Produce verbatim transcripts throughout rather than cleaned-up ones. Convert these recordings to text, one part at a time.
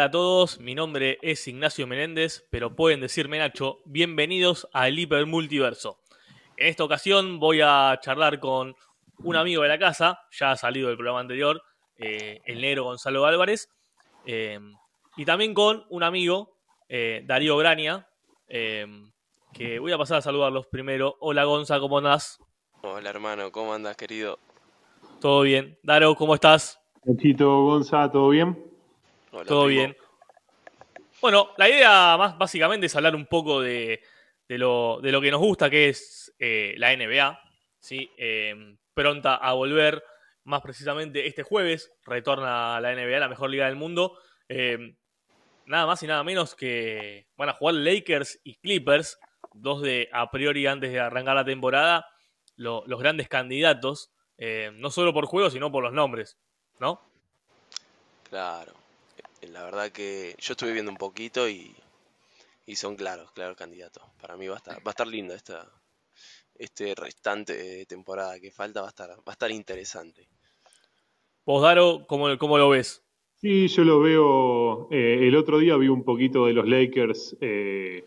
a todos, mi nombre es Ignacio Menéndez, pero pueden decirme Nacho. Bienvenidos al Hiper Multiverso. En esta ocasión voy a charlar con un amigo de la casa, ya ha salido del programa anterior, eh, el negro Gonzalo Álvarez, eh, y también con un amigo, eh, Darío Grania, eh, que voy a pasar a saludarlos primero. Hola Gonza, ¿cómo andás? Hola hermano, ¿cómo andas querido? ¿Todo bien? Daro, ¿cómo estás? Nachito, Gonza, ¿todo bien? Hola ¿Todo primo. bien? Bueno, la idea más básicamente es hablar un poco de, de, lo, de lo que nos gusta, que es eh, la N B A, ¿sí? Eh, pronta a volver, más precisamente este jueves, retorna a la N B A, la mejor liga del mundo. Eh, nada más y nada menos que van a jugar Lakers y Clippers, dos de a priori antes de arrancar la temporada, lo, los grandes candidatos, eh, no solo por juego, sino por los nombres, ¿no? Claro, eh, la verdad que yo estuve viendo un poquito y, y son claros, claros candidatos. Para mí va a estar, va a estar linda esta, este restante de temporada que falta, va a estar, va a estar interesante. Vos, Daro, ¿cómo, cómo lo ves? Sí, yo lo veo. Eh, el otro día vi un poquito de los Lakers eh,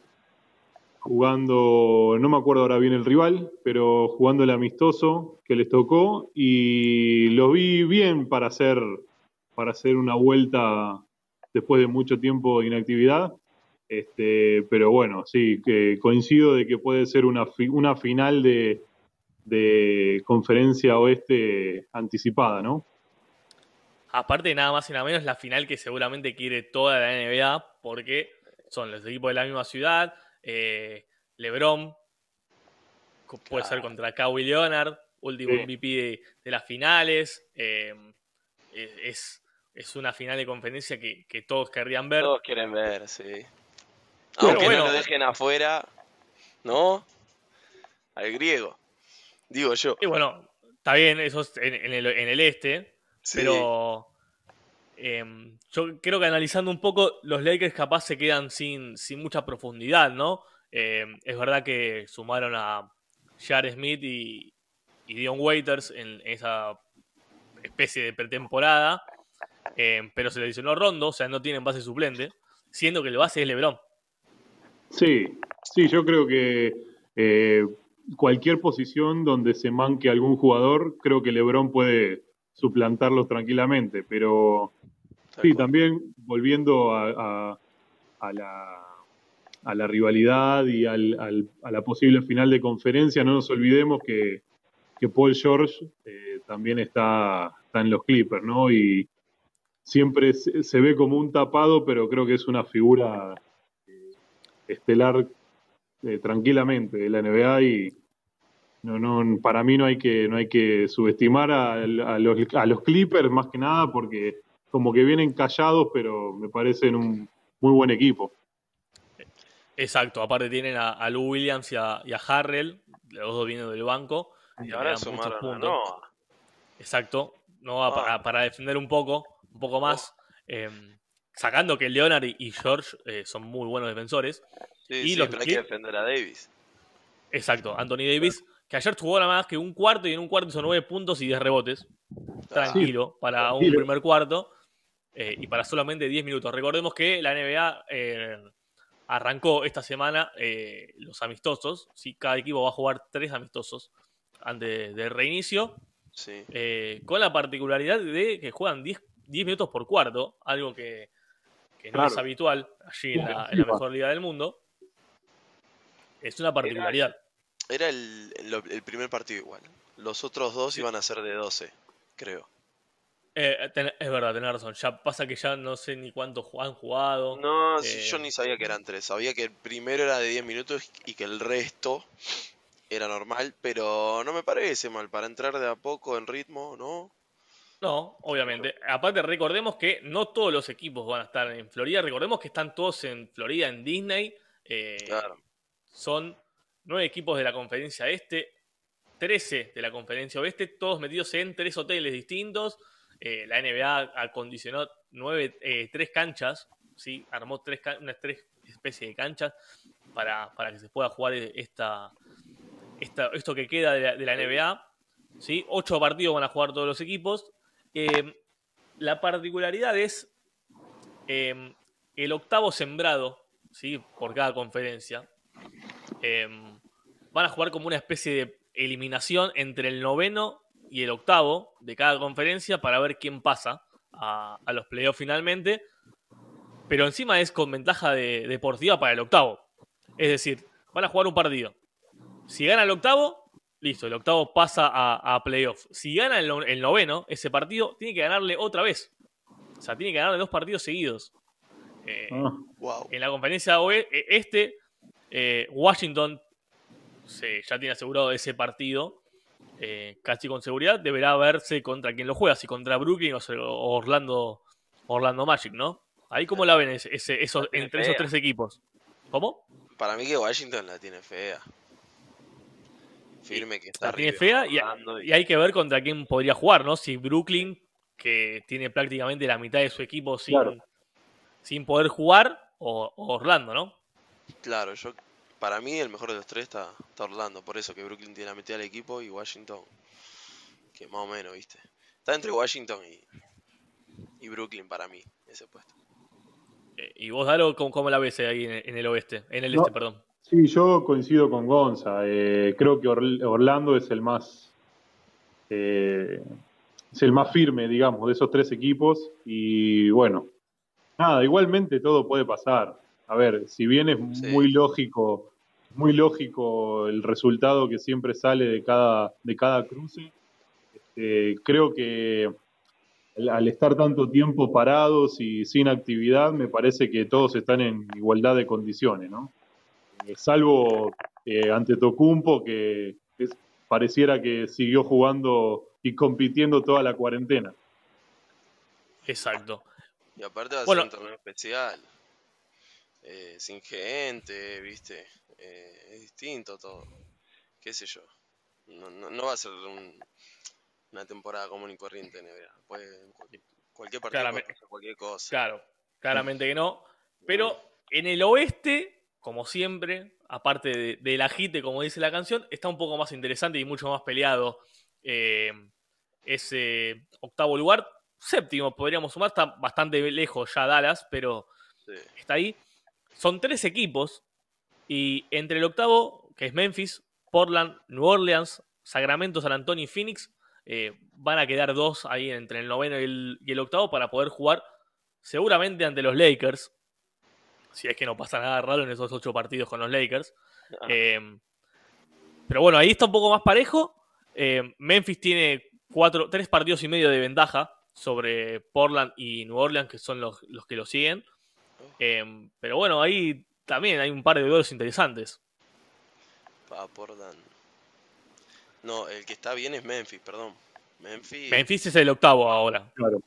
jugando, no me acuerdo ahora bien el rival, pero jugando el amistoso que les tocó y los vi bien para hacer, para hacer una vuelta después de mucho tiempo de inactividad. Este, pero bueno, sí, que coincido de que puede ser una, fi- una final de, de conferencia oeste anticipada, ¿no? Aparte, nada más y nada menos, la final que seguramente quiere toda la N B A, porque son los equipos de la misma ciudad. eh, LeBron co- puede ser Claro, contra Kawhi Leonard, último Sí. M V P de, de las finales. eh, es, es una final de conferencia que, que todos querrían ver. todos quieren ver, sí. Pero Aunque no lo bueno, dejen afuera, ¿no? Al griego, digo yo. y bueno, está bien, eso es en, en el, en el este, Sí, pero eh, yo creo que analizando un poco, los Lakers capaz se quedan sin, sin mucha profundidad, ¿no? Eh, es verdad que sumaron a J R. Smith y, y Dion Waiters en esa especie de pretemporada, eh, pero se lesionó Rondo, o sea, no tienen base suplente, siendo que el base es LeBron. Sí, sí, yo creo que eh, cualquier posición donde se manque algún jugador, creo que LeBron puede suplantarlos tranquilamente, pero tal sí, cual. también volviendo a, a- a la, a la rivalidad y al- al- a la posible final de conferencia, no nos olvidemos que, que Paul George eh, también está, está en los Clippers, ¿no? Y siempre se, se ve como un tapado, pero creo que es una figura estelar eh, tranquilamente de la N B A y no, no, para mí no hay que, no hay que subestimar a, a los, a los Clippers más que nada porque como que vienen callados, pero me parecen un muy buen equipo. Exacto, aparte tienen a, a Lou Williams y a, y a Harrell, los dos vienen del banco, Y que le ahora dan muchos sumaron a puntos. Noah. Exacto, ¿no? A- Ah, para, para defender un poco, un poco oh, más, eh, sacando que Leonard y, y George eh, son muy buenos defensores. sí, Y sí, los pero hay que Clip, defender a Davis. exacto, Anthony Davis, que ayer jugó nada más que un cuarto y en un cuarto hizo nueve puntos y diez rebotes. Ah, Sí, Tranquilo, para un tranquilo. primer cuarto eh, y para solamente diez minutos. Recordemos que la N B A eh, arrancó esta semana eh, los amistosos, ¿sí? Cada equipo va a jugar tres amistosos antes del reinicio. sí, Eh, con la particularidad de que juegan diez, diez minutos por cuarto, algo que, que no es Claro, habitual allí en la, en la ofensiva. mejor liga del mundo. Es una Era, particularidad. era el, el- el primer partido igual. Los otros dos Sí, iban a ser de doce, creo. eh, ten- es verdad, tenés razón. Ya pasa que ya no sé ni cuántos ju- han jugado. No, sí, yo Eh, ni sabía que eran tres. Sabía que el primero era de diez minutos y que el resto era normal, pero no me parece mal para entrar de a poco en ritmo, ¿no? no, Qué sé yo. obviamente. Aparte, recordemos que no todos los equipos van a estar en Florida. Recordemos que están todos en Florida, en Disney. Eh, Claro, son nueve equipos de la conferencia este, trece de la conferencia oeste, todos metidos en tres hoteles distintos. Eh, la N B A acondicionó nueve, eh, tres canchas, ¿sí? Armó tres, unas tres especies de canchas para, para que se pueda jugar esta, esta, esto que queda de la, de la N B A. ¿Sí? Ocho partidos van a jugar todos los equipos. Eh, la particularidad es eh, el octavo sembrado, ¿sí? Por cada conferencia. Eh, van a jugar como una especie de eliminación entre el noveno y el octavo de cada conferencia para ver quién pasa a, a los playoffs finalmente. Pero encima es con ventaja de, deportiva para el octavo. Es decir, van a jugar un partido. Si gana el octavo, listo, el octavo pasa a, a playoff. Si gana el, el noveno, ese partido, tiene que ganarle otra vez. O sea, tiene que ganarle dos partidos seguidos. Eh, Ah, Wow. En la conferencia oe- eh, este, eh, Washington se, ya tiene asegurado ese partido. Eh, casi con seguridad. Deberá verse contra quién lo juega. Si contra Brooklyn o, se- o Orlando, Orlando Magic, ¿no? Ahí cómo la ven ese, ese- esos, La tiene entre esos fea. tres equipos. ¿Cómo? Para mí que Washington la tiene fea. Firme que está La tiene arriba, fea y, rodando y- y hay que ver contra quién podría jugar, ¿no? Si Brooklyn, que tiene prácticamente la mitad de su equipo sin, Claro. sin poder jugar, o, o Orlando, ¿no? Claro, yo para mí el mejor de los tres está, está Orlando, por eso que Brooklyn tiene la mitad del equipo y Washington, que más o menos, ¿viste? Está entre Washington y, y Brooklyn para mí, ese puesto. Eh, y vos, Dalo, ¿cómo, cómo la ves ahí en, en el oeste? En el No. este, perdón. Sí, yo coincido con Gonza. Eh, creo que Orl- Orlando es el más eh, es el más firme, digamos, de esos tres equipos. Y bueno, nada, igualmente todo puede pasar. A ver, si bien es Sí. muy lógico, muy lógico el resultado que siempre sale de cada, de cada cruce, eh, creo que al, al estar tanto tiempo parados y sin actividad, me parece que todos están en igualdad de condiciones, ¿no? Eh, salvo eh, Antetokounmpo, que es- pareciera que siguió jugando y compitiendo toda la cuarentena. Exacto. Y aparte va a Bueno. ser un torneo especial, eh, sin gente, ¿viste? Eh, es distinto todo, qué sé yo. No, no, no va a ser un- una temporada común y corriente N B A. Puede, cualquier, cualquier partido puede Claramente. pasar cualquier cosa. Claro, claramente que no. Pero en el oeste, como siempre, aparte de- del agite, como dice la canción, está un poco más interesante y mucho más peleado eh, ese octavo lugar. Séptimo, podríamos sumar, está bastante lejos ya Dallas, pero Sí. está ahí. Son tres equipos y entre el octavo, que es Memphis, Portland, New Orleans, Sacramento, San Antonio y Phoenix, eh, van a quedar dos ahí entre el noveno y el, y el octavo para poder jugar seguramente ante los Lakers, si es que no pasa nada raro en esos ocho partidos con los Lakers. Ah, Eh, pero bueno, ahí está un poco más parejo. Eh, Memphis tiene cuatro, tres partidos y medio de ventaja sobre Portland y New Orleans, que son los, los que lo siguen. Eh, pero bueno, ahí también hay un par de duelos interesantes. pa Portland. No, el que está bien es Memphis, perdón. Memphis Memphis es el octavo ahora. Claro.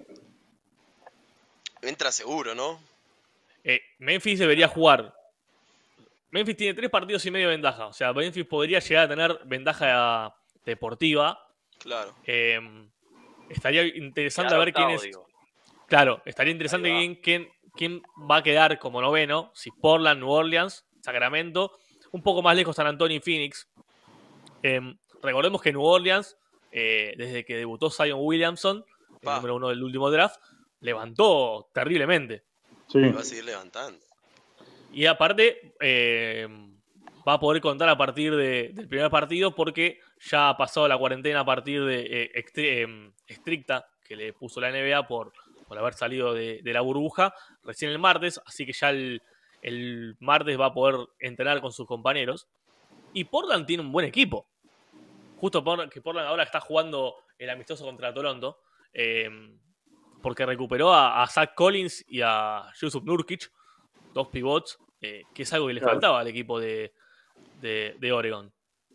entra seguro, ¿no? Eh, Memphis debería jugar. Memphis tiene tres partidos y medio de ventaja. O sea, Memphis podría llegar a tener ventaja deportiva. Claro. Eh, estaría interesante Quedar ver quién octavo, es. digo. Claro, estaría interesante Ahí va. quién, quién, quién va a quedar como noveno. Si Portland, New Orleans, Sacramento. Un poco más lejos San Antonio y Phoenix. Eh, recordemos que New Orleans, eh, desde que debutó Zion Williamson, el Pa. número uno del último draft, levantó terriblemente. Sí. Y va a seguir levantando. Y aparte, eh, va a poder contar a partir de- del primer partido porque ya ha pasado la cuarentena a partir de eh, extre- eh, estricta que le puso la N B A por, por haber salido de, de la burbuja recién el martes, así que ya el, el martes va a poder entrenar con sus compañeros. Y Portland tiene un buen equipo. Justo por, que Portland ahora está jugando el amistoso contra Toronto, eh, porque recuperó a, a Zach Collins y a Yusuf Nurkic, dos pivots, eh, que es algo que le Claro. faltaba al equipo de, de, de Oregon.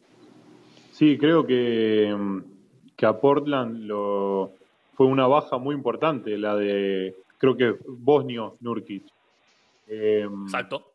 Sí, creo que, mm, que a Portland lo, fue una baja muy importante, la de, creo que Bosnio Nurkic. Eh, Exacto.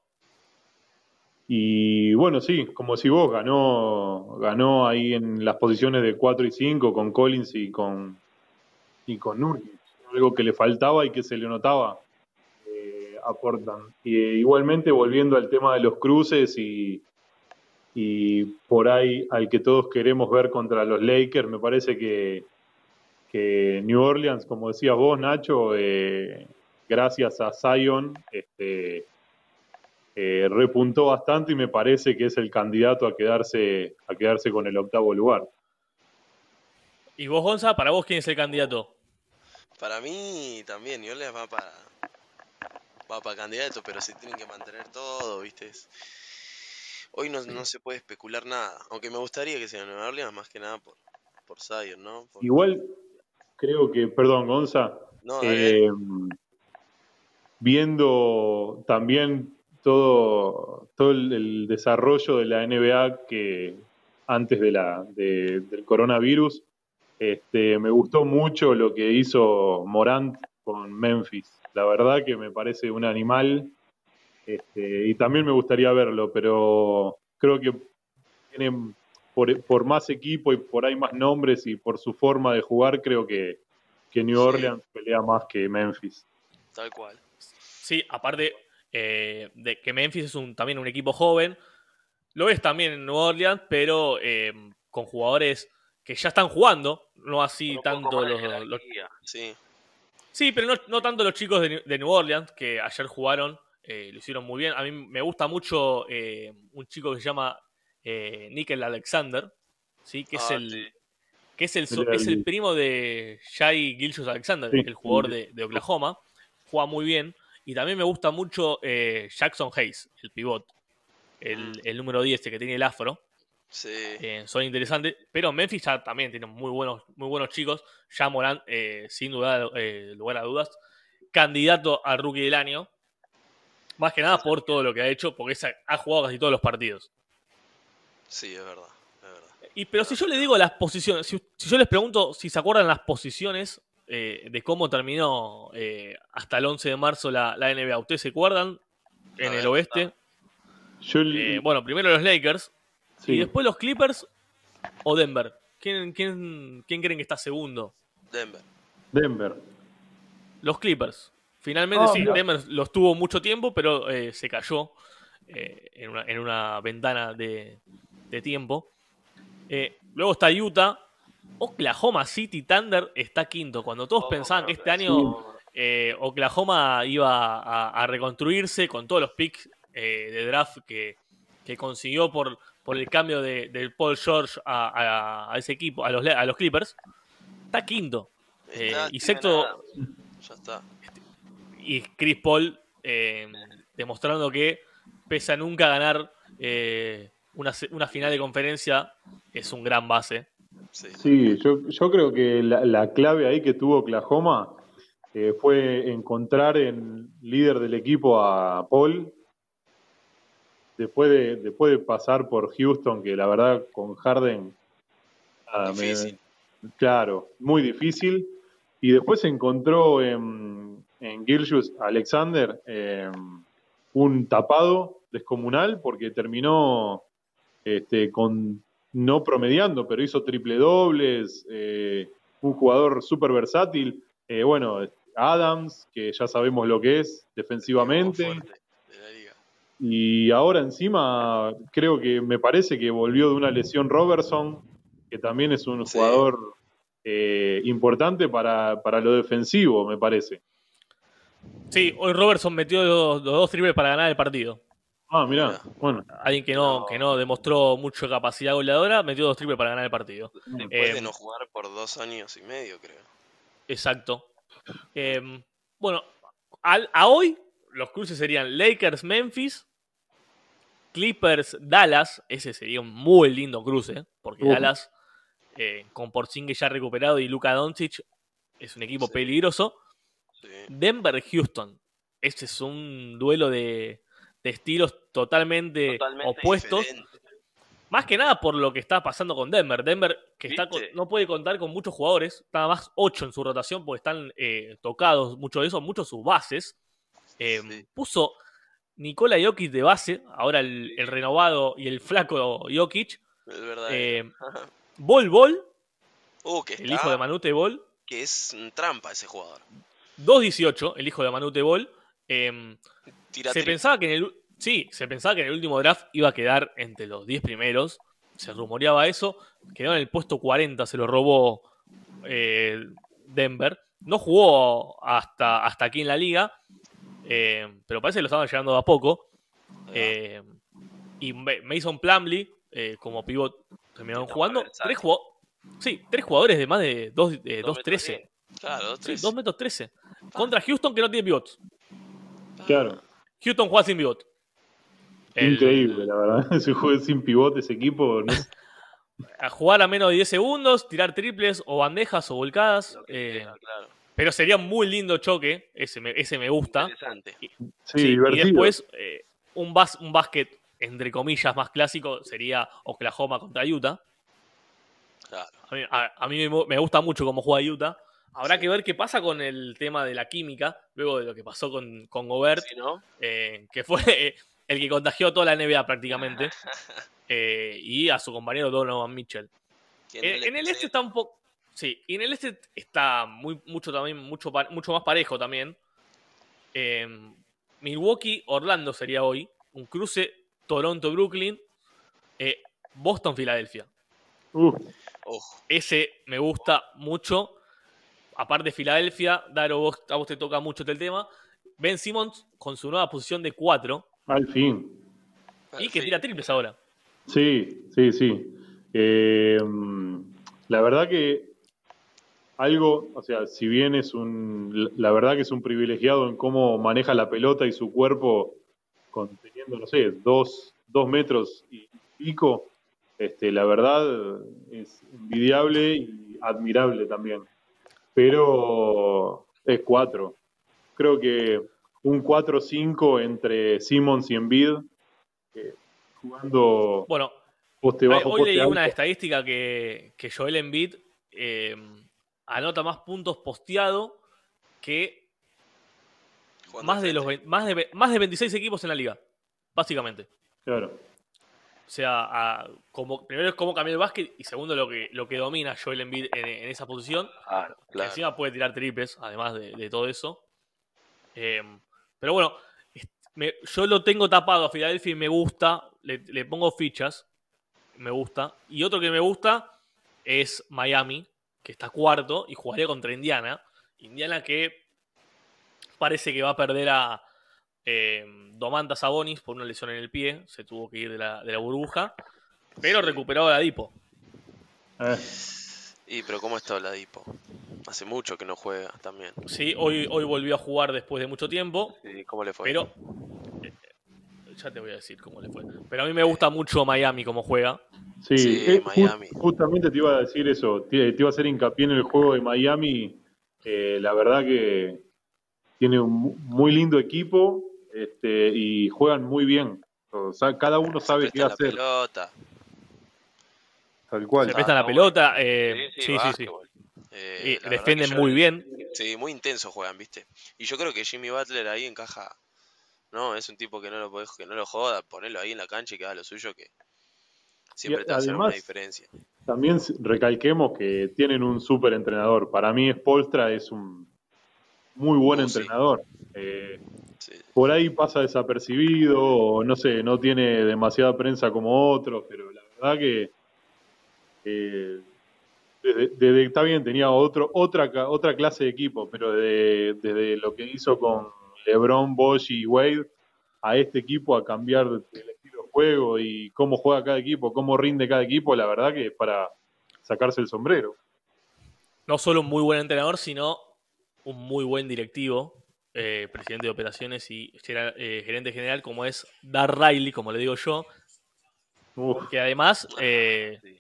Y bueno, sí, como si vos ganó, ganó ahí en las posiciones de cuatro y cinco con Collins y con, y con Nurkic. Algo que le faltaba y que se le notaba eh, a Portland. Y, eh, igualmente, volviendo al tema de los cruces y, y por ahí al que todos queremos ver contra los Lakers, me parece que, que New Orleans, como decías vos, Nacho, eh, gracias a Zion, este, eh, repuntó bastante y me parece que es el candidato a quedarse, a quedarse con el octavo lugar. ¿Y vos, Gonza, para vos quién es el candidato? Para mí también, New Orleans va para va para candidato, pero se tienen que mantener todo, ¿viste? Es- Hoy no, no se puede especular nada, aunque me gustaría que sea Nueva Orleans más que nada por, por Zion, ¿no? Por... Igual creo que, perdón, Gonza, No, dale, dale. eh, viendo también todo, todo el, el desarrollo de la N B A que antes de la, de- del coronavirus, este, me gustó mucho lo que hizo Morant con Memphis. La verdad que me parece un animal, este, y también me gustaría verlo, pero creo que tiene por, por más equipo y por ahí más nombres y por su forma de jugar, creo que, que New Sí, Orleans pelea más que Memphis. tal cual. Sí, aparte eh, de que Memphis es un, también un equipo joven, lo es también en New Orleans, pero eh, con jugadores que ya están jugando, no así Con un poco tanto más de los, los- jerarquía. Sí, Sí, pero no, no tanto los chicos de, New- de New Orleans, que ayer jugaron, eh, lo hicieron muy bien. A mí me gusta mucho eh, un chico que se llama eh, Nickel Alexander, ¿sí? Que es ah, sí. el, que es el, so- es el El- primo de Shai Gilgeous-Alexander, sí, el jugador el- de, de Oklahoma. Juega muy bien. Y también me gusta mucho eh, Jackson Hayes, el pivot, Mm, el, el número diez que tiene el afro. sí, Eh, son interesantes. Pero Memphis ya también tiene muy buenos, muy buenos chicos. Ya Morant, eh, sin duda, eh, lugar a dudas, candidato a rookie del año. Más que nada por todo lo que ha hecho, porque esa- ha jugado casi todos los partidos. sí, es verdad, es verdad. Y, pero si yo le digo las posiciones, si, si yo les pregunto si se acuerdan las posiciones eh, de cómo terminó eh, hasta el once de marzo la, la N B A, ¿ustedes se acuerdan? A En el ver, contame. oeste. yo, Eh, bueno, primero los Lakers y sí, después los Clippers o Denver. ¿Quién, quién, quién creen que está segundo? Denver. Denver. Los Clippers. Finalmente Ah, sí, mirá. Denver los tuvo mucho tiempo, pero eh, se cayó eh, en, una, en, una, ventana de, de tiempo. Eh, luego está Utah. Oklahoma City Thunder está quinto. Cuando todos pensaban que este año eh, Oklahoma iba a, a reconstruirse con todos los picks eh, de draft que, que consiguió por, por el cambio de, de Paul George a, a, a ese equipo, a los, a los Clippers, está quinto. Eh, Está y Steven sexto, Adams. Ya está. y Chris Paul eh, demostrando que pese a nunca ganar eh, una, una final de conferencia, es un gran base. Sí, tal Sí, cual. yo, yo creo que la, la clave ahí que tuvo Oklahoma eh, fue encontrar en líder del equipo a Paul, después de, después de pasar por Houston, que la verdad con Harden, nada, me- Difícil. claro, muy difícil, y después se encontró en, en Gilgeous Alexander eh, un tapado descomunal porque terminó este, con no promediando, pero hizo triple dobles, eh, un jugador súper versátil. Eh, bueno, Adams, que ya sabemos lo que es El pivot defensivamente, fuerte de la liga. y ahora encima creo que me parece que volvió de una lesión Robertson, que también es un Sí, jugador eh, importante para, para lo defensivo, me parece. Sí, hoy Robertson metió los, los dos triples para ganar el partido. Ah, mira. mirá, bueno. Alguien que no, que no demostró mucha capacidad goleadora, metió dos triples para ganar el partido. Después de Eh, no jugar por dos años y medio, creo. exacto. Eh, bueno, al- a hoy los cruces serían Lakers-Memphis, Clippers-Dallas. Ese sería un muy lindo cruce, porque Uf, Dallas, eh, con Porzingis ya recuperado y Luka Doncic, es un equipo Sí, peligroso. sí. Denver-Houston. Este es un duelo de, de estilos totalmente Totalmente opuestos. diferente. Más que nada por lo que está pasando con Denver. Denver que está con- ¿Viste? no puede contar con muchos jugadores, nada más ocho en su rotación porque están eh, tocados, muchos de esos, muchos sus bases. Eh, Sí, Puso Nikola Jokic de base, ahora el, sí. el renovado y el flaco Jokic. Es verdadero. Eh, Bol Bol, uh, que el hijo de está. Manute Bol. Que es un trampa ese jugador. dos dieciocho, el hijo de Manute Bol. Eh, Tira se triple. pensaba que en el sí, se pensaba que en el último draft iba a quedar entre los diez primeros. Se rumoreaba eso. Quedó en el puesto cuarenta, se lo robó eh, Denver. no jugó hasta, hasta aquí en la liga, eh, pero parece que lo estaban llegando de a poco. Eh, y Mason Plumlee, eh, como pivot, terminaron jugando. Tres, jugó, sí, tres jugadores de más de dos trece. Claro, dos trece. Sí, dos metros trece. Contra Houston, que no tiene pivots. Claro. Houston juega sin pivot. El... Increíble, la verdad. Se juega sin pivot ese equipo. ¿No? A jugar a menos de diez segundos, tirar triples o bandejas o volcadas. Eh, sea, claro. Pero sería un muy lindo choque. Ese me, ese me gusta. Interesante. Y, sí, sí, divertido. Y después, eh, un, bas, un básquet, entre comillas, más clásico sería Oklahoma contra Utah. Claro. A mí, a, a mí me gusta mucho cómo juega Utah. Habrá sí. que ver qué pasa con el tema de la química, luego de lo que pasó con, con Gobert, sí, ¿no? eh, que fue eh, el que contagió a toda la N B A prácticamente, eh, y a su compañero Donovan Mitchell. Eh, en el este está un poco... Sí, y en el este está muy, mucho, también, mucho, mucho más parejo también. Eh, Milwaukee-Orlando sería hoy, un cruce Toronto-Brooklyn, eh, Boston-Filadelfia. Uh. Ese me gusta mucho. Aparte de Filadelfia, Daro, vos, a vos te toca mucho el tema. Ben Simmons con su nueva posición de cuatro. Al fin. Y que tira triples ahora. Sí, sí, sí. Eh, la verdad que algo, o sea, si bien es un, la verdad que es un privilegiado en cómo maneja la pelota y su cuerpo, conteniendo, no sé, dos, dos metros y pico, este, la verdad es envidiable y admirable también. Pero es cuatro. Creo que un cuatro cinco entre Simmons y Embiid, eh, jugando bueno, poste bajo, hoy poste leí alto. Una estadística que, que Joel Embiid eh, anota más puntos posteado que más de, los, más, de, más de veintiséis equipos en la liga, básicamente. Claro. O sea, a, como, primero es cómo cambió el básquet y segundo lo que, lo que domina Joel Embiid en, en esa posición. Claro, claro. Que encima puede tirar triples, además de, de todo eso. Eh, pero bueno, me, yo lo tengo tapado a Filadelfia y me gusta, le, le pongo fichas, me gusta. Y otro que me gusta es Miami, que está cuarto y jugaría contra Indiana. Indiana que parece que va a perder a eh, Domantas Sabonis por una lesión en el pie, se tuvo que ir de la, de la burbuja, pero sí. recuperó a Oladipo. Eh. Y pero ¿cómo está Oladipo? Hace mucho que no juega también. Sí, hoy, hoy volvió a jugar después de mucho tiempo. Sí, ¿cómo le fue? Pero eh, ya te voy a decir cómo le fue. Pero a mí me gusta mucho Miami como juega. Sí, sí eh, Miami. Just, justamente te iba a decir eso. Te, te iba a hacer hincapié en el juego de Miami. Eh, la verdad que tiene un muy lindo equipo este, y juegan muy bien. O sea, cada uno sabe qué hacer. Pelota. Tal cual. Se prestan la pelota. Eh, sí, sí, sí. sí. Eh, y defienden muy bien. Sí, muy intenso juegan, ¿viste? Y yo creo que Jimmy Butler ahí encaja. No, es un tipo que no lo podés, que no lo joda, ponelo ahí en la cancha y que haga lo suyo, que siempre y te va a hacer además, una diferencia. También recalquemos que tienen un súper entrenador. Para mí, Spoelstra es un muy buen uh, entrenador. Sí. Eh, sí. Por ahí pasa desapercibido, o no sé, no tiene demasiada prensa como otros, pero la verdad que eh, desde, desde, está bien, tenía otro, otra, otra clase de equipo, pero desde, desde lo que hizo con LeBron, Bosh y Wade a este equipo, a cambiar el estilo de juego y cómo juega cada equipo, cómo rinde cada equipo, la verdad que es para sacarse el sombrero. No solo un muy buen entrenador, sino un muy buen directivo, eh, presidente de operaciones y eh, gerente general, como es Dar Riley, como le digo yo. Uf. Que además, eh, sí.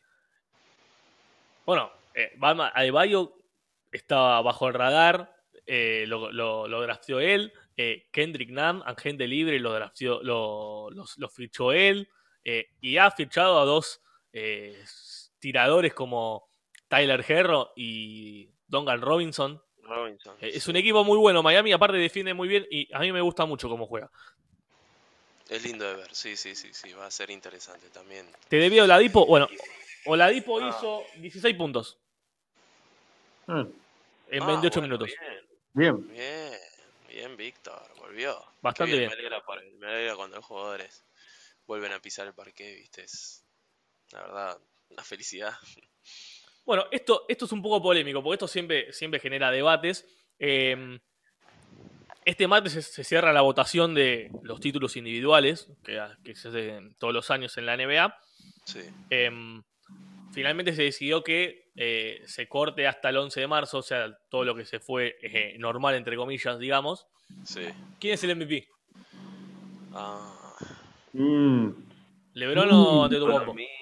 bueno, eh, Adebayo estaba bajo el radar, eh, lo, lo, lo drafteó él. Eh, Kendrick Nunn, agente libre, lo, drafteó, lo, lo, lo fichó él. Eh, y ha fichado a dos eh, tiradores como Tyler Herro y Duncan Robinson. Robinson eh, es sí. un equipo muy bueno. Miami, aparte, defiende muy bien y a mí me gusta mucho cómo juega. Es lindo de ver, sí, sí, sí, sí, va a ser interesante también. Te debía Oladipo. Bueno, Oladipo ah. hizo dieciséis puntos ah. en veintiocho ah, bueno, minutos. Bien. Bien. Bien. Bien, Víctor, volvió. Bastante bien. Me alegra, por él. Me alegra cuando los jugadores vuelven a pisar el parqué, viste. Es, la verdad, una felicidad. Bueno, esto, esto es un poco polémico, porque esto siempre, siempre genera debates. Eh, este martes se, se cierra la votación de los títulos individuales, que, que se hacen todos los años en la N B A. Sí. Eh, finalmente se decidió que eh, se corte hasta el once de marzo, o sea, todo lo que se fue eh, normal, entre comillas, digamos. Sí. ¿Quién es el M V P? Ah, Mm, ¿LeBron o mm, para Antetokounmpo? mí.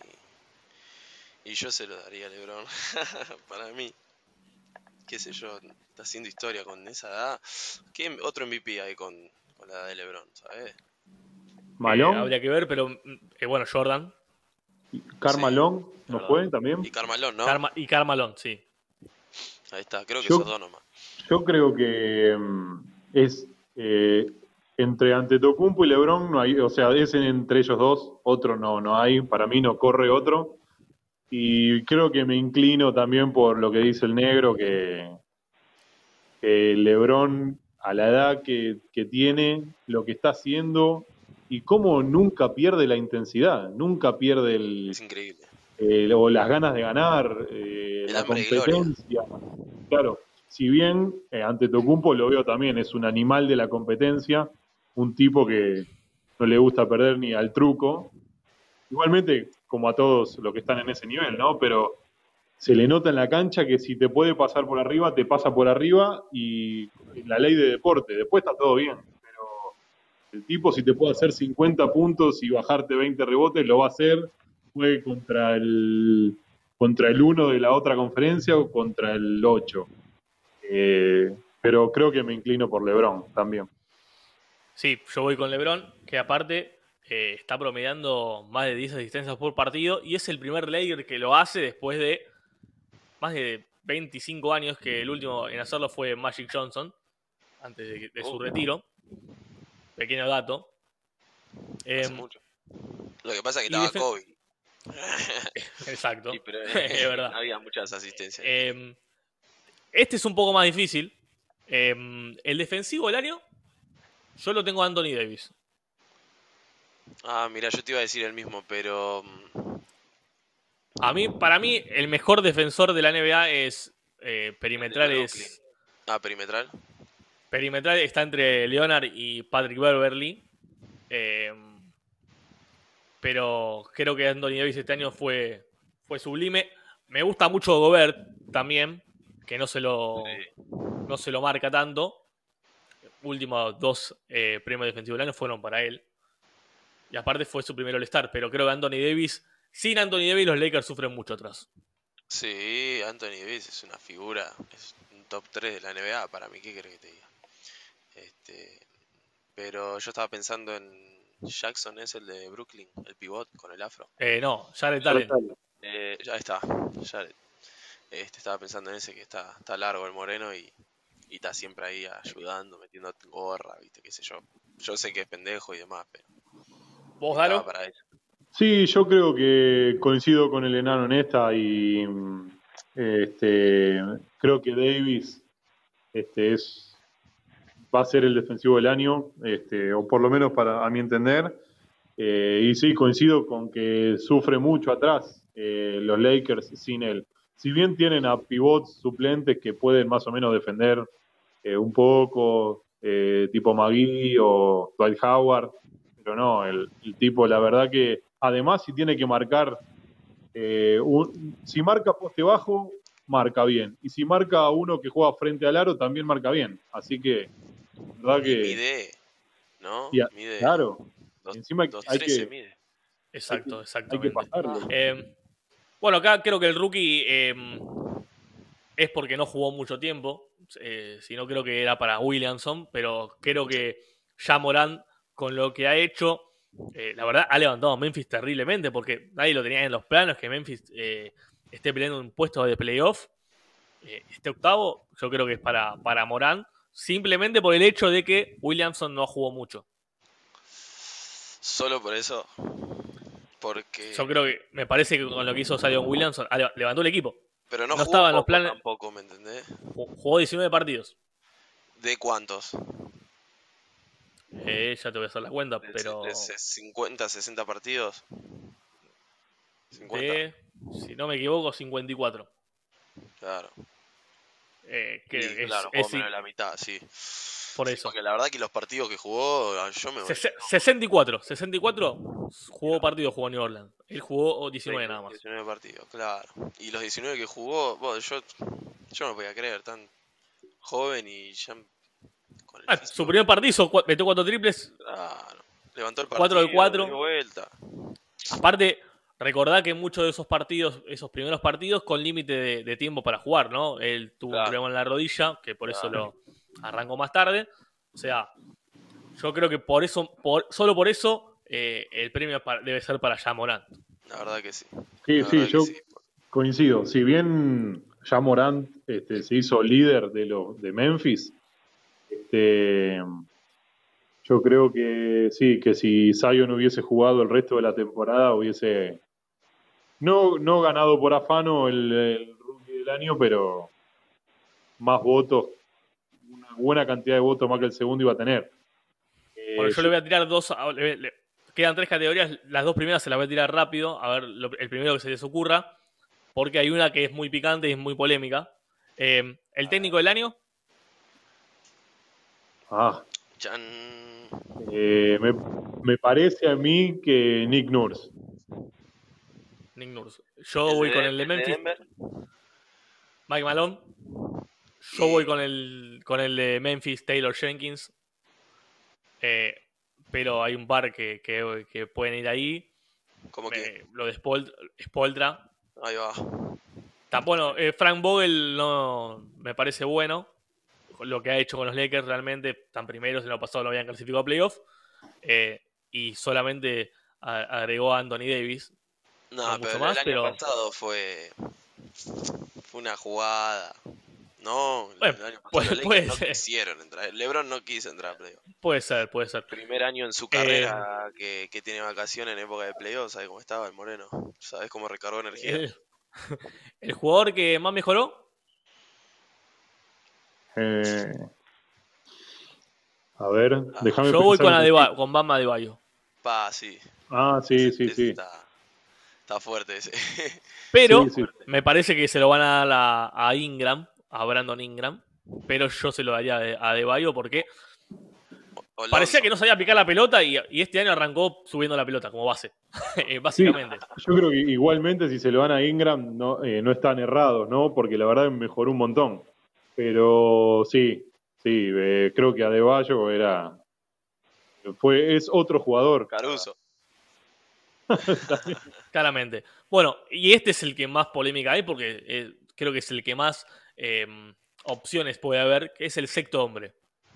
Y yo se lo daría a LeBron. Para mí. Qué sé yo, está haciendo historia con esa edad. ¿Qué otro M V P hay con, con la edad de LeBron, sabes? Eh, Malone, habría que ver, pero eh, bueno, Jordan. Karl Sí, Malone, ¿no verdad. fue también? Y Carmalón, ¿no? Karma, y Carmalón, sí. Ahí está, creo que Yo, esos dos nomás. yo creo que mm, es eh, entre Antetokounmpo y LeBron no hay, o sea, es entre ellos dos, otro no, no hay, para mí no corre otro. Y creo que me inclino también por lo que dice el negro, que, que LeBron a la edad que, que tiene, lo que está haciendo y cómo nunca pierde la intensidad, nunca pierde el, Es increíble. eh, o las ganas de ganar, eh, El la hambre de gloria. competencia. Claro, si bien eh, Antetokounmpo lo veo también, es un animal de la competencia, un tipo que no le gusta perder ni al truco. Igualmente, como a todos los que están en ese nivel, ¿no? Pero se le nota en la cancha que si te puede pasar por arriba, te pasa por arriba y la ley de deporte, después está todo bien. Pero el tipo si te puede hacer cincuenta puntos y bajarte veinte rebotes, lo va a hacer. Fue contra el contra el uno de la otra conferencia o contra el ocho. Eh, pero creo que me inclino por LeBron también. Sí, yo voy con LeBron, que aparte eh, está promediando más de diez asistencias por partido y es el primer Laker que lo hace después de más de veinticinco años, que el último en hacerlo fue Magic Johnson, antes de, de su Uh, retiro. Pequeño dato. hace Eh, mucho. Lo que pasa es que y estaba defen- Kobe. Exacto, Y pero es eh, verdad. no había muchas asistencias. Eh, este es un poco más difícil. Eh, el defensivo del año, yo lo tengo a Anthony Davis. Ah, mira, yo te iba a decir el mismo, pero mm, A mí, para mí, el mejor defensor de la N B A es eh, el de perimetral. Brooklyn. Es, Ah, perimetral. perimetral está entre Leonard y Patrick Beverley. Eh, pero creo que Anthony Davis este año fue, fue sublime. Me gusta mucho Gobert también, que no se lo, Sí. no se lo marca tanto. Últimos dos eh, premios defensivos del año fueron para él. Y aparte fue su primer All-Star. Pero creo que Anthony Davis, sin Anthony Davis, los Lakers sufren mucho atrás. Sí, Anthony Davis es una figura, es un top tres de la N B A para mí, ¿qué crees que te diga? Este, pero yo estaba pensando en Jackson, es el de Brooklyn, el pivot con el afro. Eh, no, Jared Allen. Eh, ya está, Jared. Este, estaba pensando en ese que está, está largo el moreno y, y está siempre ahí ayudando, metiendo gorra, viste, qué sé yo. Yo sé que es pendejo y demás, pero ¿Vos, estaba Daro? para eso. Sí, yo creo que coincido con el enano en esta y mm, este, creo que Davis este, es, va a ser el defensivo del año, este, o por lo menos para a mi entender. Eh, y sí, coincido con que sufre mucho atrás eh, los Lakers sin él. Si bien tienen a pivots suplentes que pueden más o menos defender eh, un poco, eh, tipo McGee o Dwight Howard, pero no, el, el tipo, la verdad que además si tiene que marcar, eh, un, si marca poste bajo, marca bien. Y si marca uno que juega frente al aro, también marca bien. Así que, la verdad Y que, mide, ¿no? y a- Mide claro, dos- encima hay, hay 2.13 que, mide. hay que, Exacto, hay que exactamente. pasarlo. Ah, Eh, bueno, acá creo que el rookie eh, es porque no jugó mucho tiempo. Eh, si no, creo que era para Williamson. Pero creo que ya Morán, con lo que ha hecho, eh, la verdad, ha levantado a Memphis terriblemente. Porque nadie lo tenía en los planos que Memphis eh, esté peleando un puesto de playoff. Eh, este octavo, yo creo que es para, para Morán. Simplemente por el hecho de que Williamson no jugó mucho. solo por eso, porque... Yo creo que me parece que con lo que hizo Zion Williamson ah, levantó el equipo. Pero no No jugó estaba en los poco planes. tampoco, ¿me entendés? Jugó diecinueve partidos. ¿De cuántos? Eh, ya te voy a hacer la cuenta, ¿De, pero. de cincuenta, sesenta partidos? cincuenta. de, si no me equivoco, cincuenta y cuatro. Claro. Eh, que Y, es, claro, es- jugó menos de la mitad, sí. por Sí, eso. porque la verdad que los partidos que jugó, ah, yo me volví Sese- loco. sesenta y cuatro. sesenta y cuatro jugó Mirá, partido, jugó New Orleans. Él jugó diecinueve nada veinte, más. diecinueve partidos, claro. Y los diecinueve que jugó, bueno, yo, yo no podía creer, tan joven y ya con el Ah, su físico. primer partido hizo, cua- metió cuatro triples, Claro. Levantó el cuatro de partido, le dio cuatro. vuelta. Aparte, recordá que muchos de esos partidos, esos primeros partidos, con límite de, de tiempo para jugar, ¿no? Él tuvo un Claro. problema en la rodilla, que por eso Claro. lo arrancó más tarde. O sea, yo creo que por eso, por, solo por eso, eh, el premio pa- debe ser para Ja Morant. La verdad que sí. Sí, La sí, verdad que yo sí. coincido. Si bien ya Morant este, se hizo líder de, los de Memphis, este, yo creo que sí, que si Zion hubiese jugado el resto de la temporada, hubiese no, no ganado por afano el, el rookie del año, pero más votos, una buena cantidad de votos más que el segundo iba a tener. Eh, Bueno, yo yo- le voy a tirar dos. a- le- le- quedan tres categorías. Las dos primeras se las voy a tirar rápido. A ver, lo- el primero que se les ocurra. Porque hay una que es muy picante y es muy polémica. Eh, el técnico del año. ah, Chan. eh, me, me parece a mí que Nick Nurse. Nick Nurse. Yo El voy de con Den- el de el de Memphis. Denver. Mike Malone. Yo Y- voy con el, con el de Memphis, Taylor Jenkins. Eh, pero hay un par que, que- que pueden ir ahí. ¿Cómo que? Eh, lo de Spoel- Spoelstra. Ahí va. Está bueno. eh, Frank Vogel no me parece bueno. Lo que ha hecho con los Lakers realmente. Están primeros, el año pasado lo habían clasificado a playoff. Eh, y solamente a- agregó a Anthony Davis. No, No pero mucho más, el año pero- pasado fue. Fue una jugada. No, Bueno, el año pasado puede- los Lakers puede no ser. quisieron entrar. LeBron no quiso entrar a playoff. Puede ser, puede ser. Primer año en su carrera que, que tiene vacaciones en época de playoff. ¿Sabes cómo estaba el Moreno? ¿Sabes cómo recargó energía? El, el jugador que más mejoró. Eh, a ver, Ah, déjame Yo voy pensar con, un Adebayo, con Bama Adebayo. Pa, sí. Ah, sí, Ese- sí, ese sí. Está, está fuerte ese. Pero Sí, sí. me parece que se lo van a dar a, a Ingram, a Brandon Ingram. Pero yo se lo daría a Adebayo porque O parecía Lonzo. que no sabía picar la pelota y, y este año arrancó subiendo la pelota como base. Eh, básicamente. Yo creo que igualmente si se lo van a Ingram no, eh, no están errados, ¿no? Porque la verdad mejoró un montón. Pero sí, sí, eh, creo que Adebayo era fue es otro jugador. Caruso. Claramente. Bueno, y este es el que más polémica hay porque eh, creo que es el que más eh, opciones puede haber, que es el sexto hombre.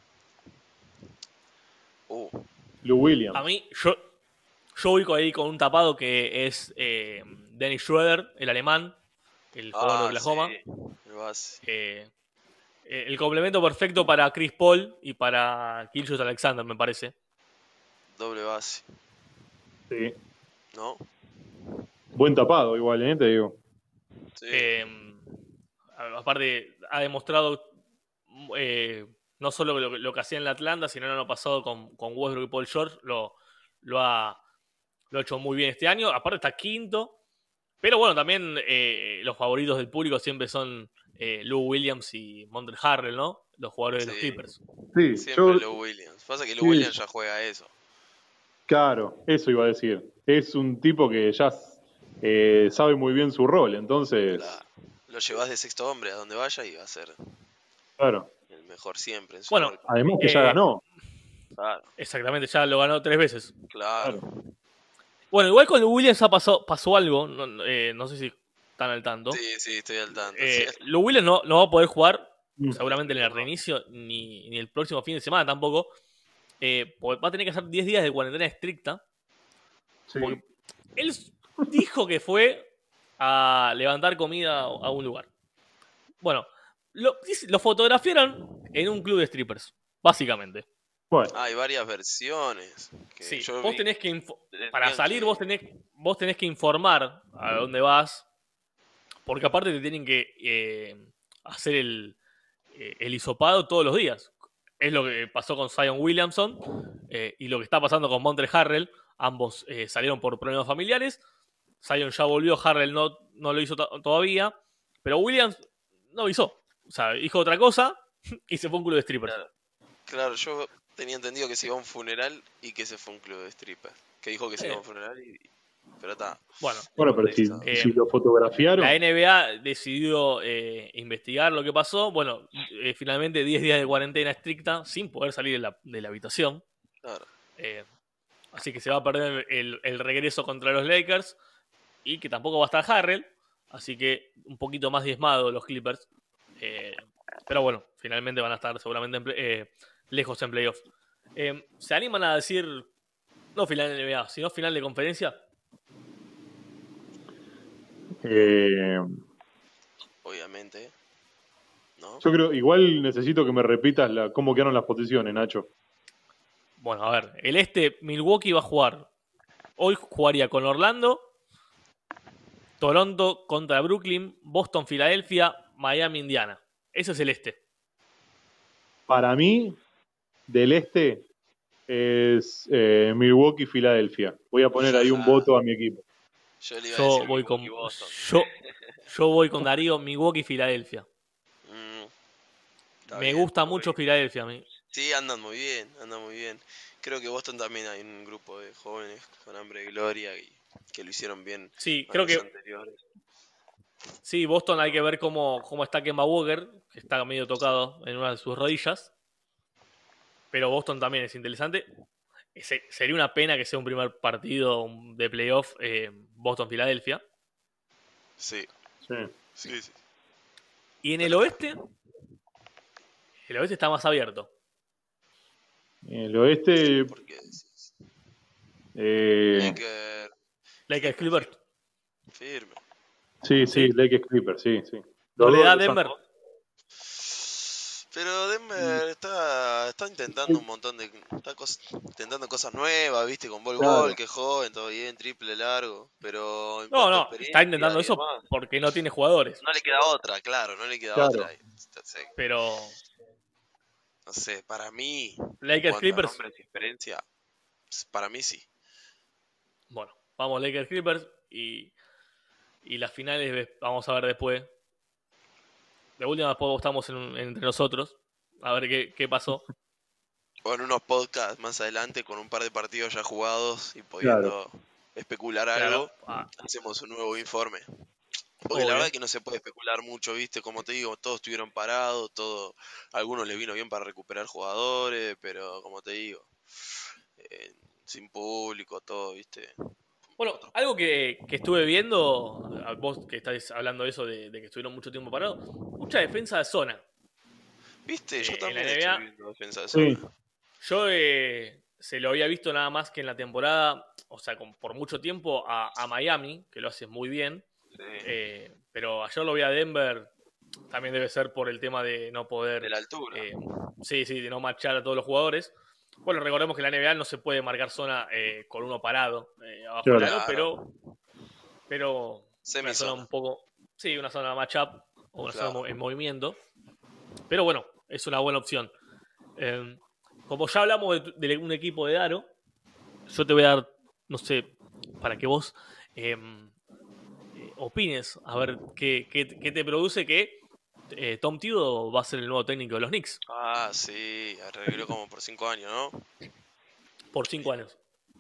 Uh, Lou Williams. A mí, yo, yo voy ahí con un tapado que es eh, Dennis Schroeder, el alemán, el jugador de ah, Oklahoma. sí. El base. Eh, eh, el complemento perfecto para Chris Paul y para Killshot Alexander, me parece. Doble base. Sí. ¿No? Buen tapado igual, ¿eh? Te digo. Sí. Eh, a- aparte, ha demostrado eh, no solo lo, que- lo que hacía en la Atlanta, sino el año pasado con, con Westbrook y Paul George, lo, lo, ha, lo ha hecho muy bien este año. Aparte está quinto. Pero bueno, también eh, los favoritos del público siempre son eh, Lou Williams y Montrezl Harrell, ¿no? Los jugadores de los Sí. Clippers. Sí, Siempre yo, Lou Williams. Pasa que Lou Sí. Williams ya juega eso. claro, eso iba a decir. Es un tipo que ya eh, sabe muy bien su rol, entonces, Claro. Lo llevas de sexto hombre a donde vaya y va a ser claro. el mejor siempre en su Bueno, rol. Además que ya Eh, ganó. Claro, Exactamente, ya lo ganó tres veces. claro. Claro. Bueno, igual con Lou Williams ha pasado, pasó algo, no, no, eh, no sé si están al tanto. Sí, sí, estoy al tanto. Eh, sí. Lou Williams no, no va a poder jugar Mm. seguramente en el reinicio ni, ni el próximo fin de semana tampoco. Eh, porque va a tener que hacer diez días de cuarentena estricta. Sí. Porque él dijo que fue a levantar comida a un lugar. Bueno, lo, lo fotografiaron en un club de strippers, básicamente. Bueno, Hay varias versiones. Que Sí, yo vos vi. tenés que info- Decían para salir que- vos tenés, vos tenés que informar a dónde vas, porque aparte te tienen que eh, hacer el, eh, el hisopado todos los días. Es lo que pasó con Zion Williamson eh, y lo que está pasando con Montrezl Harrell. Ambos eh, salieron por problemas familiares Zion ya volvió, Harrell no, no lo hizo to- todavía, pero Williams no avisó. O sea, dijo otra cosa y se fue a un club de strippers. Claro. Claro, yo tenía entendido que se iba a un funeral y que se fue a un club de strippers. Que dijo que se Eh. iba a un funeral y... Pero está. Bueno, Bueno, pero si, contexto. Eh, si lo fotografiaron, la N B A decidió eh, investigar lo que pasó. Bueno, eh, finalmente diez días de cuarentena estricta sin poder salir de la, de la habitación. Claro. Eh, así que se va a perder el, el regreso contra los Lakers y que tampoco va a estar Harrell. Así que un poquito más diezmado los Clippers. Eh, pero bueno, finalmente van a estar seguramente en play- eh, lejos en playoffs. Eh, ¿Se animan a decir, no final de N B A, sino final de conferencia? eh, Obviamente. ¿No? yo creo, igual necesito que me repitas la, cómo quedaron las posiciones, Nacho. Bueno, a ver, el este, Milwaukee va a jugar. Hoy jugaría con Orlando, Toronto contra Brooklyn, Boston, Filadelfia, Miami, Indiana. Ese es el este. Para mí, del este es eh, Milwaukee, Filadelfia. Voy a poner ahí un voto a mi equipo. Yo le iba a Yo decir voy con Milwaukee, Boston. yo, yo voy con Darío, Milwaukee, Filadelfia. Mm, está Me bien, gusta está mucho bien. Filadelfia a mí. Sí, andan muy bien, andan muy bien. Creo que Boston también hay un grupo de jóvenes con hambre de gloria y que lo hicieron bien Sí, creo años que anteriores. sí, Boston hay que ver cómo, cómo está Kemba Walker, que está medio tocado en una de sus rodillas. Pero Boston también es interesante. Se- sería una pena que sea un primer partido de playoff eh, Boston-Filadelfia. Sí, Sí. sí, sí. Y en el oeste, el oeste está más abierto. El oeste, ¿Por qué decís? eh, Lakers, Lakers Clippers. firme. sí, sí, Sí. Lakers Clippers, sí, sí. ¿No Los le dos da son- Denver? Pero Denver está, está intentando un montón de... Está cos- intentando cosas nuevas, viste, con Bol Claro. Bol, que es joven, todo bien, triple largo. Pero en No, cuanto a no, experiencia está intentando y eso demás, porque no tiene jugadores. no le queda otra, claro, no le queda Claro. otra. Entonces, Pero no sé, para mí, en Lakers cuanto a Clippers, nombres y experiencia, para mí sí. bueno, vamos Lakers Clippers y, y las finales ves- vamos a ver después. De última después estamos en- entre nosotros a ver qué, qué pasó. O en unos podcasts más adelante con un par de partidos ya jugados y pudiendo especular Claro, algo, ah, hacemos un nuevo informe. Porque obvio. la verdad es que no se puede especular mucho, viste, como te digo, todos estuvieron parados, todo, a algunos les vino bien para recuperar jugadores, pero como te digo, eh, sin público, todo, viste. Bueno, algo que, que estuve viendo, a vos que estáis hablando de eso, de, de que estuvieron mucho tiempo parados, mucha defensa de zona. Viste, yo Eh, en también la N B A, estoy viendo defensa de Sí. zona. Yo eh, se lo había visto nada más que en la temporada, o sea, con- por mucho tiempo a, a Miami, que lo hace muy bien, Sí, eh, pero ayer lo vi a Denver, también debe ser por el tema de no poder, de la altura. eh, sí, sí, de no marchar a todos los jugadores. Bueno, recordemos que en la N B A no se puede marcar zona eh, con uno parado eh, abajo Claro. del aro, Claro. pero, pero una zona Semizona. un poco, sí, una zona matchup o una Claro. zona en movimiento. Pero bueno, es una buena opción. Eh, como ya hablamos de, de un equipo de Aro, yo te voy a dar, no sé, para que vos eh, eh, opines, a ver qué, qué- qué te produce que eh, Tom Thibodeau va a ser el nuevo técnico de los Knicks Ah, sí, arregló como por cinco años, ¿no? por cinco años.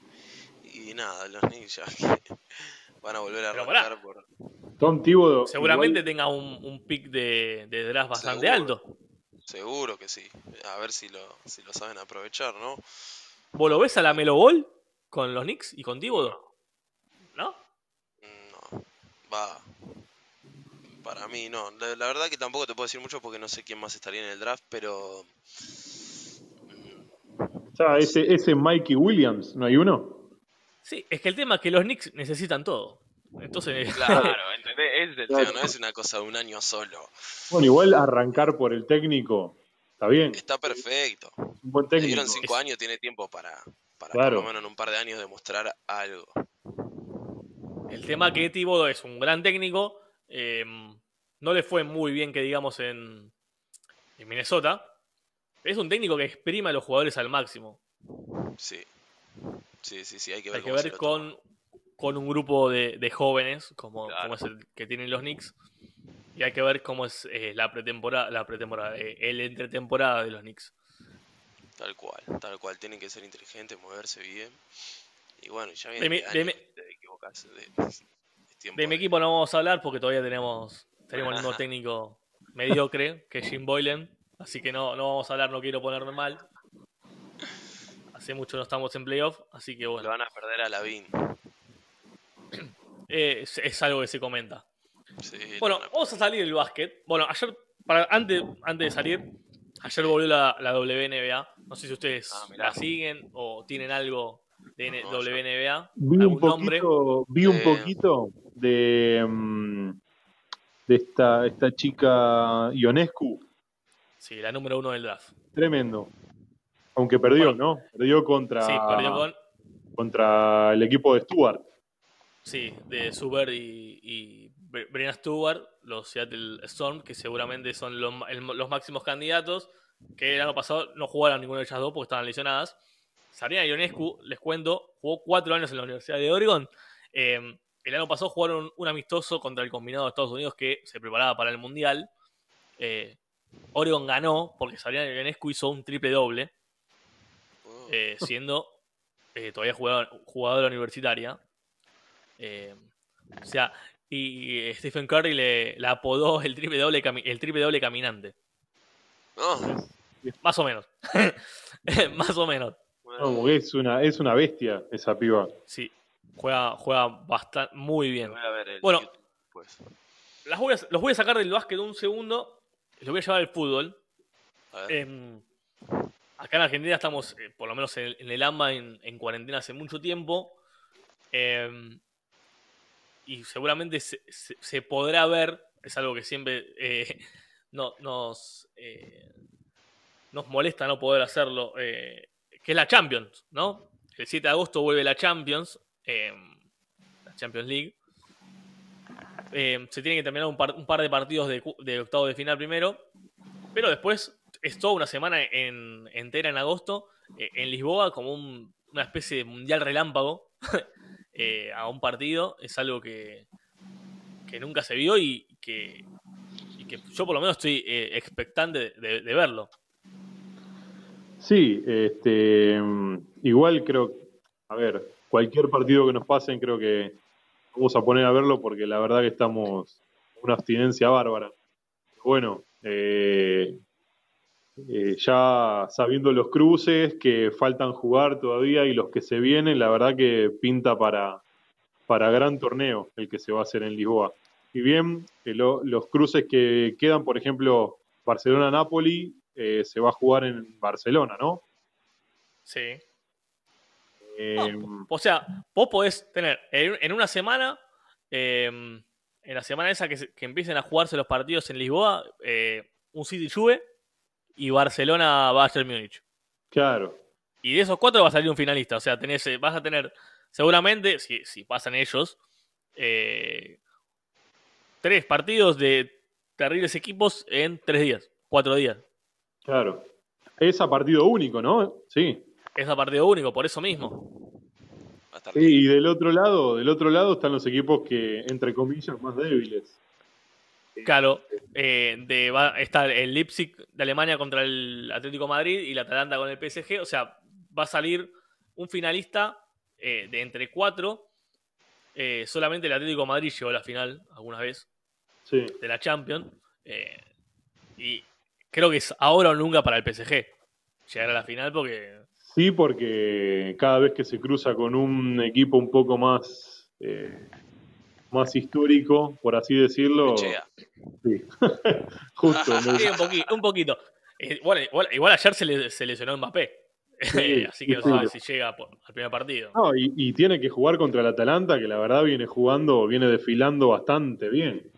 Y nada, los Knicks ya que van a volver a Pero pará. arrancar por... Tom Thibodeau. Seguramente igual- tenga un, un pick de, de draft bastante Seguro. alto. Seguro que sí. A ver si lo, si lo saben aprovechar, ¿no? ¿Vos lo ves a la Melo Ball con los Knicks y con Thibodeau? ¿No? No, va. Para mí no. La, la verdad que tampoco te puedo decir mucho porque no sé quién más estaría en el draft, pero... mm, Ya, ese, ese Mikey Williams, ¿no hay uno? Sí, es que el tema es que los Knicks necesitan todo. Entonces, Claro, ¿entendés? Ese es el Claro. tema, no es una cosa de un año solo. Bueno, igual arrancar por el técnico, está bien, Está perfecto. un buen Le técnico. dieron cinco Es- años, tiene tiempo para, para Claro. por lo menos en un par de años demostrar algo. el tema que Thibodeau es un gran técnico. eh, no le fue muy bien que digamos en, en Minnesota. Es un técnico que exprime a los jugadores al máximo. Sí. Sí, sí, sí, hay que ver Hay que cómo se ver lo con toma. con un grupo de, de jóvenes, como, Claro. como es el que tienen los Knicks. Y hay que ver cómo es eh, la pretemporada, la pretemporada, eh, el entretemporada de los Knicks. Tal cual, tal cual. Tienen que ser inteligentes, moverse bien. Y bueno, ya De viene mi, de de años mi- de equivocarse. De, es tiempo de mi equipo no vamos a hablar porque todavía tenemos, tenemos el mismo técnico mediocre que Jim Boylan. Así que no, no vamos a hablar, no quiero ponerme mal. Hace mucho no estamos en playoff, así que Lo bueno, van a perder a Lavín. eh, es, es algo que se comenta. Sí, lo Bueno, van a- vamos a salir del básquet. Bueno, ayer, para, antes, antes de salir, ayer volvió la, la W N B A. No sé si ustedes Ah, mirá. la siguen o tienen algo de N- No, yo- W N B A, Vi un algún nombre. poquito, vi un Eh, poquito de, mm, de esta, esta chica Ionescu, Sí, la número uno del draft. tremendo. Aunque perdió, Bueno, ¿no? Perdió contra, Sí, perdió con. contra el equipo de Stuart. Sí, de Suber y, y Bre- Brenna Stewart, los Seattle Storm, que seguramente son los, ma- el- los máximos candidatos, que el año pasado no jugaron ninguna de ellas dos porque estaban lesionadas. Sabrina Ionescu, les cuento, jugó cuatro años en la Universidad de Oregon. Eh, el año pasado jugaron un amistoso contra el combinado de Estados Unidos que se preparaba para el Mundial. Eh, Oregon ganó porque Sabrina Ionescu hizo un triple doble, oh, eh, siendo eh, todavía jugadora, jugadora universitaria. Eh, o sea, y Stephen Curry le, le apodó el triple doble, cami- el triple doble caminante. no, Más o menos. Más o menos. bueno, No, porque es una, es una bestia esa piba. Sí, juega, juega bastante, muy bien. voy a ver el Bueno, YouTube, pues. Las voy a- los voy a sacar del básquet un segundo y los voy a llevar al fútbol. A ver. Eh, acá en Argentina estamos, eh, por lo menos en, en el AMBA, en, en cuarentena hace mucho tiempo. Eh, y seguramente se, se- se podrá ver, es algo que siempre eh, no- nos, eh, nos molesta no poder hacerlo, eh, que es la Champions, ¿no? El siete de agosto vuelve la Champions, eh, la Champions League. Eh, se tiene que terminar un par, un par de partidos de, cu- de octavo de final primero, pero después es toda una semana en- entera en agosto, eh, en Lisboa, como un- una especie de mundial relámpago eh, a un partido. Es algo que, que nunca se vio y que, y que yo por lo menos estoy eh, expectante de, de verlo. Sí, este, mm, igual creo, a ver, cualquier partido que nos pasen creo que vamos a poner a verlo porque la verdad que estamos en una abstinencia bárbara. Bueno, eh, eh, ya sabiendo los cruces que faltan jugar todavía y los que se vienen, la verdad que pinta para, para gran torneo el que se va a hacer en Lisboa. Y bien, eh, lo- los cruces que quedan, por ejemplo, Barcelona-Napoli, eh, se va a jugar en Barcelona, ¿no? Sí. Eh, No, o sea, vos podés tener en, en una semana, eh, en la semana esa que, se- que empiecen a jugarse los partidos en Lisboa, eh, un City Juve y Barcelona Bayern Múnich. claro, Y de esos cuatro va a salir un finalista. O sea, tenés, eh, vas a tener seguramente, si, si pasan ellos, eh, tres partidos de terribles equipos en tres días, cuatro días. claro. Es a partido único, ¿no? Sí. Es a partido único, por eso mismo. Va a estar Sí, lindo. y del otro lado, del otro lado están los equipos que, entre comillas, más débiles. Claro, eh, de, va, está el Leipzig de Alemania contra el Atlético de Madrid y el Atalanta con el P S G. O sea, va a salir un finalista eh, de entre cuatro. Eh, solamente el Atlético de Madrid llegó a la final alguna vez Sí. de la Champions. eh, y creo que es ahora o nunca para el P S G llegar a la final porque Sí, porque cada vez que se cruza con un equipo un poco más, eh, más histórico, por así decirlo. Chea. Sí. Justo. muy- sí, un, poqui- un poquito. Eh, igual, igual, igual ayer se, le, se lesionó Mbappé. Sí, Así que no sí, sabe sí. si llega por- al primer partido. No, y, y tiene que jugar contra el Atalanta, que la verdad viene jugando, viene desfilando bastante bien.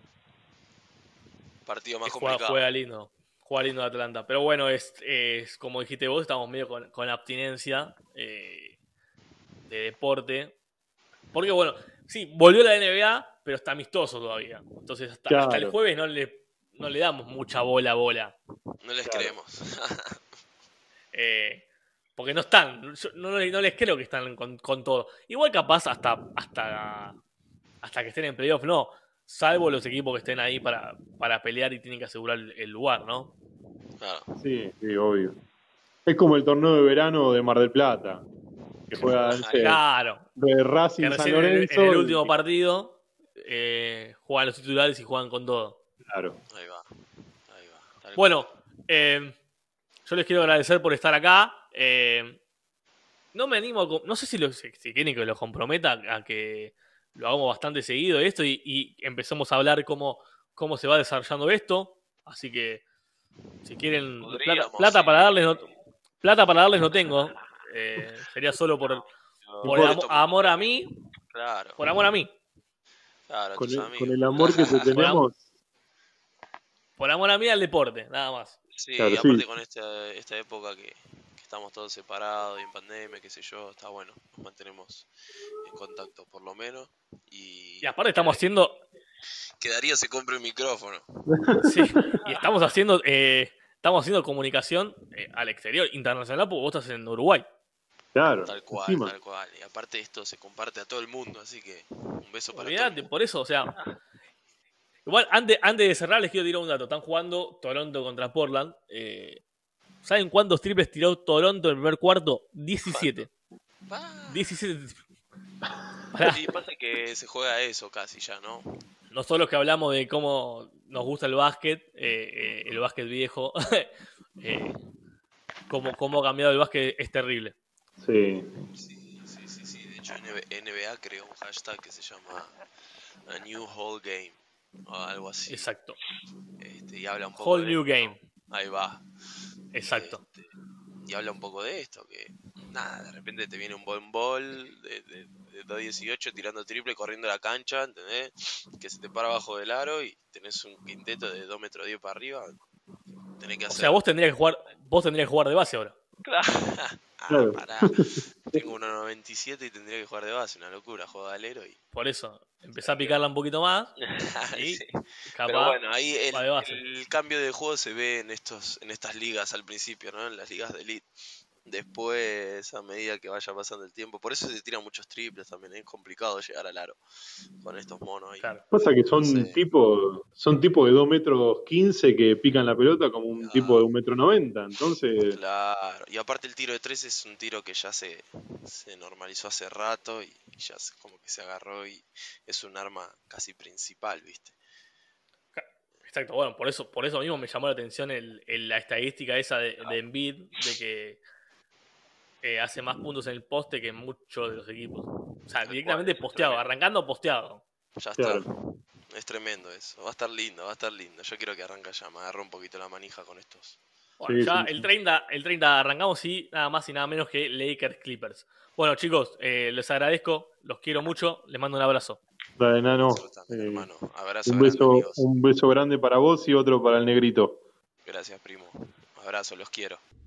Partido más Que juega, complicado. juega lindo. Juega lindo el Atlanta. Pero bueno, es, es como dijiste vos, estamos medio con, con abstinencia eh, de deporte. Porque bueno, sí, volvió la N B A, pero está amistoso todavía. Entonces hasta, hasta el Claro. jueves no le, no le damos mucha bola a bola. No les Claro. creemos. Eh, Porque no están, yo no, no les creo que están con, con todo. Igual capaz hasta, hasta, hasta que estén en playoff, no. Salvo los equipos que estén ahí para, para pelear y tienen que asegurar el, el lugar, ¿no? Claro. Sí, sí, obvio. Es como el torneo de verano de Mar del Plata, que juega no sé, Claro. de Racing Que San recién en el, Lorenzo. en el y- último partido eh, juegan los titulares y juegan con todo. Claro. Ahí va. Ahí va. Tal Bueno, cual. eh, yo les quiero agradecer por estar acá. Eh, no me animo, a, co- no sé si, lo- si, si quieren que los comprometa a que lo hagamos bastante seguido esto y, y empecemos a hablar cómo, cómo se va desarrollando esto. Así que si quieren plata, Podríamos, plata sí. para darles no, plata para darles no tengo. Eh, sería solo por, Yo- por Por el esto amo- me- amor a mí, Claro. por amor a mí, Claro, a Con tus el, amigos. con el amor que te tenemos. por amor a mí al deporte, nada más. Sí, Claro, y aparte sí. con esta, esta época que, que estamos todos separados y en pandemia, qué sé yo, está bueno. Nos mantenemos en contacto por lo menos. Y, Y aparte estamos haciendo, que Darío se compre un micrófono. sí, y estamos haciendo, eh, estamos haciendo comunicación eh, al exterior, internacional, porque vos estás en Uruguay. Claro, Tal cual, encima. tal cual. Y aparte esto se comparte a todo el mundo, así que un beso para todo el Olvídate, mundo. por eso, o sea. Igual, antes, antes de cerrar, les quiero tirar un dato. Están jugando Toronto contra Portland. Eh, ¿Saben cuántos triples tiró Toronto en el primer cuarto? diecisiete. Ah, diecisiete. Pará. sí, pasa que se juega eso casi ya, ¿no? Nosotros que hablamos de cómo nos gusta el básquet, eh, eh, el básquet viejo, eh, cómo, cómo ha cambiado el básquet es terrible. Sí. Sí, sí, sí, sí. De hecho, N B A creó un hashtag que se llama A New Whole Game o algo así. Exacto. Este, y habla un poco Whole de new esto, game. ¿no? Ahí va. Exacto. Este, y habla un poco de esto, que nada, de repente te viene un buen ball de, de, de dos dieciocho tirando triple, corriendo la cancha, ¿entendés? Que se te para abajo del aro y tenés un quinteto de dos metros diez para arriba. Tenés que O hacer. sea, vos tendrías que jugar, vos tendrías que jugar de base ahora. Claro. Ah, Claro. pará. Tengo uno noventa y siete y tendría que jugar de base, una locura, juego de alero y. Por eso, empezá a picarla un poquito más y Sí. capaz Pero bueno, ahí el, va de base. el cambio de juego se ve en estos, en estas ligas al principio, ¿no? En las ligas de elite. Después, a medida que vaya pasando el tiempo, por eso se tiran muchos triples también, es complicado llegar al aro con estos monos ahí. Claro. Pasa que son Sí. tipos, son tipos de dos metros quince que pican la pelota como un Claro. tipo de un metro noventa. Entonces, Claro, y aparte el tiro de tres es un tiro que ya se, se normalizó hace rato y ya se- como que se agarró y es un arma casi principal, ¿viste? Exacto, bueno, por eso, por eso mismo me llamó la atención el, el- la estadística esa de, de Embiid, de que eh, hace más puntos en el poste que muchos de los equipos. O sea, Tal directamente cual, posteado, tremendo. arrancando posteado. Ya está. claro. Es tremendo eso. Va a estar lindo, va a estar lindo. Yo quiero que arranque ya. Me agarró un poquito la manija con estos. Bueno, Sí, ya sí, el sí. treinta, el treinta arrancamos y nada más y nada menos que Lakers Clippers. Bueno, chicos, eh, les agradezco, los quiero mucho, les mando un abrazo. Dale, Nano. Nosotros también, eh, hermano. Abrazo un grande, beso, amigos. un beso grande para vos y otro para el negrito. Gracias, primo. Abrazo, los quiero.